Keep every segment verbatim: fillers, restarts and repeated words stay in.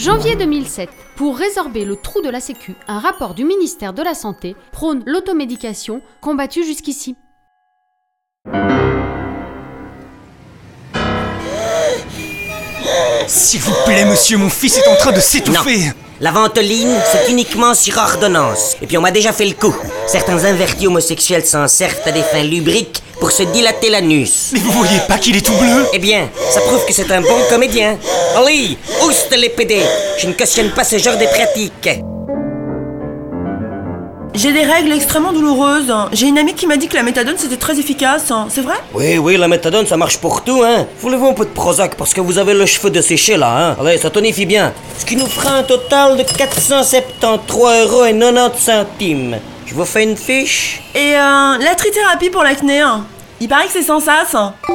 Janvier deux mille sept. Pour résorber le trou de la Sécu, un rapport du ministère de la Santé prône l'automédication combattue jusqu'ici. S'il vous plaît, monsieur, mon fils est en train de s'étouffer. Non. La ventoline, c'est uniquement sur ordonnance. Et puis on m'a déjà fait le coup. Certains invertis homosexuels s'en servent à des fins lubriques pour se dilater l'anus. Mais vous voyez pas qu'il est tout bleu? Eh bien, ça prouve que c'est un bon comédien. Allez, ouste les pédés. Je ne cautionne pas ce genre de pratique. J'ai des règles extrêmement douloureuses. J'ai une amie qui m'a dit que la méthadone c'était très efficace. C'est vrai? Oui, oui, la méthadone ça marche pour tout, hein. Voulez-vous un peu de Prozac parce que vous avez le cheveu desséché là, hein. Allez, ça tonifie bien. Ce qui nous fera un total de quatre cent soixante-treize euros et quatre-vingt-dix centimes. Je vous fais une fiche. Et euh, la trithérapie pour l'acné, hein. Il paraît que c'est sans sas.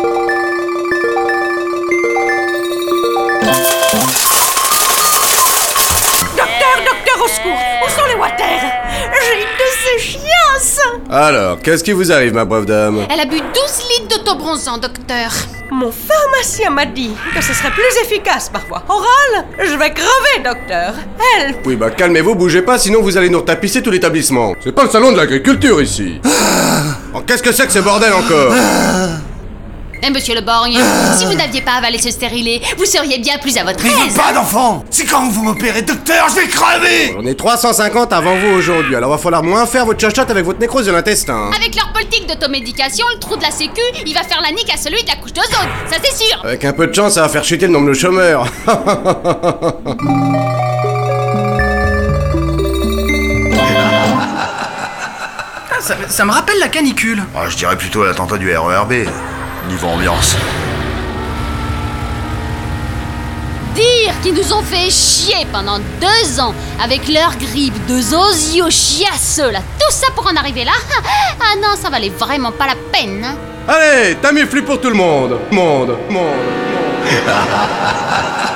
Docteur, docteur, au secours! Où sont les water? J'ai une de ces chiasses! Alors, qu'est-ce qui vous arrive, ma brave dame? Elle a bu douze litres d'autobronzant, docteur. Mon pharmacien m'a dit que ce serait plus efficace par voie orale. Je vais crever, docteur. Help! Oui, bah calmez-vous, bougez pas, sinon vous allez nous retapisser tout l'établissement. C'est pas le salon de l'agriculture ici. Oh, qu'est-ce que c'est que ce bordel encore? Eh, monsieur le borgne, si vous n'aviez pas avalé ce stérilet, vous seriez bien plus à votre Mais aise. pas d'enfant. C'est quand vous m'opérez, docteur, je vais crever. On est trois cent cinquante avant vous aujourd'hui, alors va falloir moins faire votre chachotte avec votre nécrose de l'intestin. Avec leur politique d'automédication, le trou de la Sécu, il va faire la nique à celui de la couche d'ozone, ça c'est sûr. Avec un peu de chance, ça va faire chuter le nombre de chômeurs. Ça, ça me rappelle la canicule. Ah, je dirais plutôt l'attentat du R E R B. Niveau ambiance. Dire qu'ils nous ont fait chier pendant deux ans avec leur grippe de zozio chiasseux là, tout ça pour en arriver là. Ah non, ça valait vraiment pas la peine. Hein. Allez, Tamiflu pour tout le monde. Monde, monde, monde.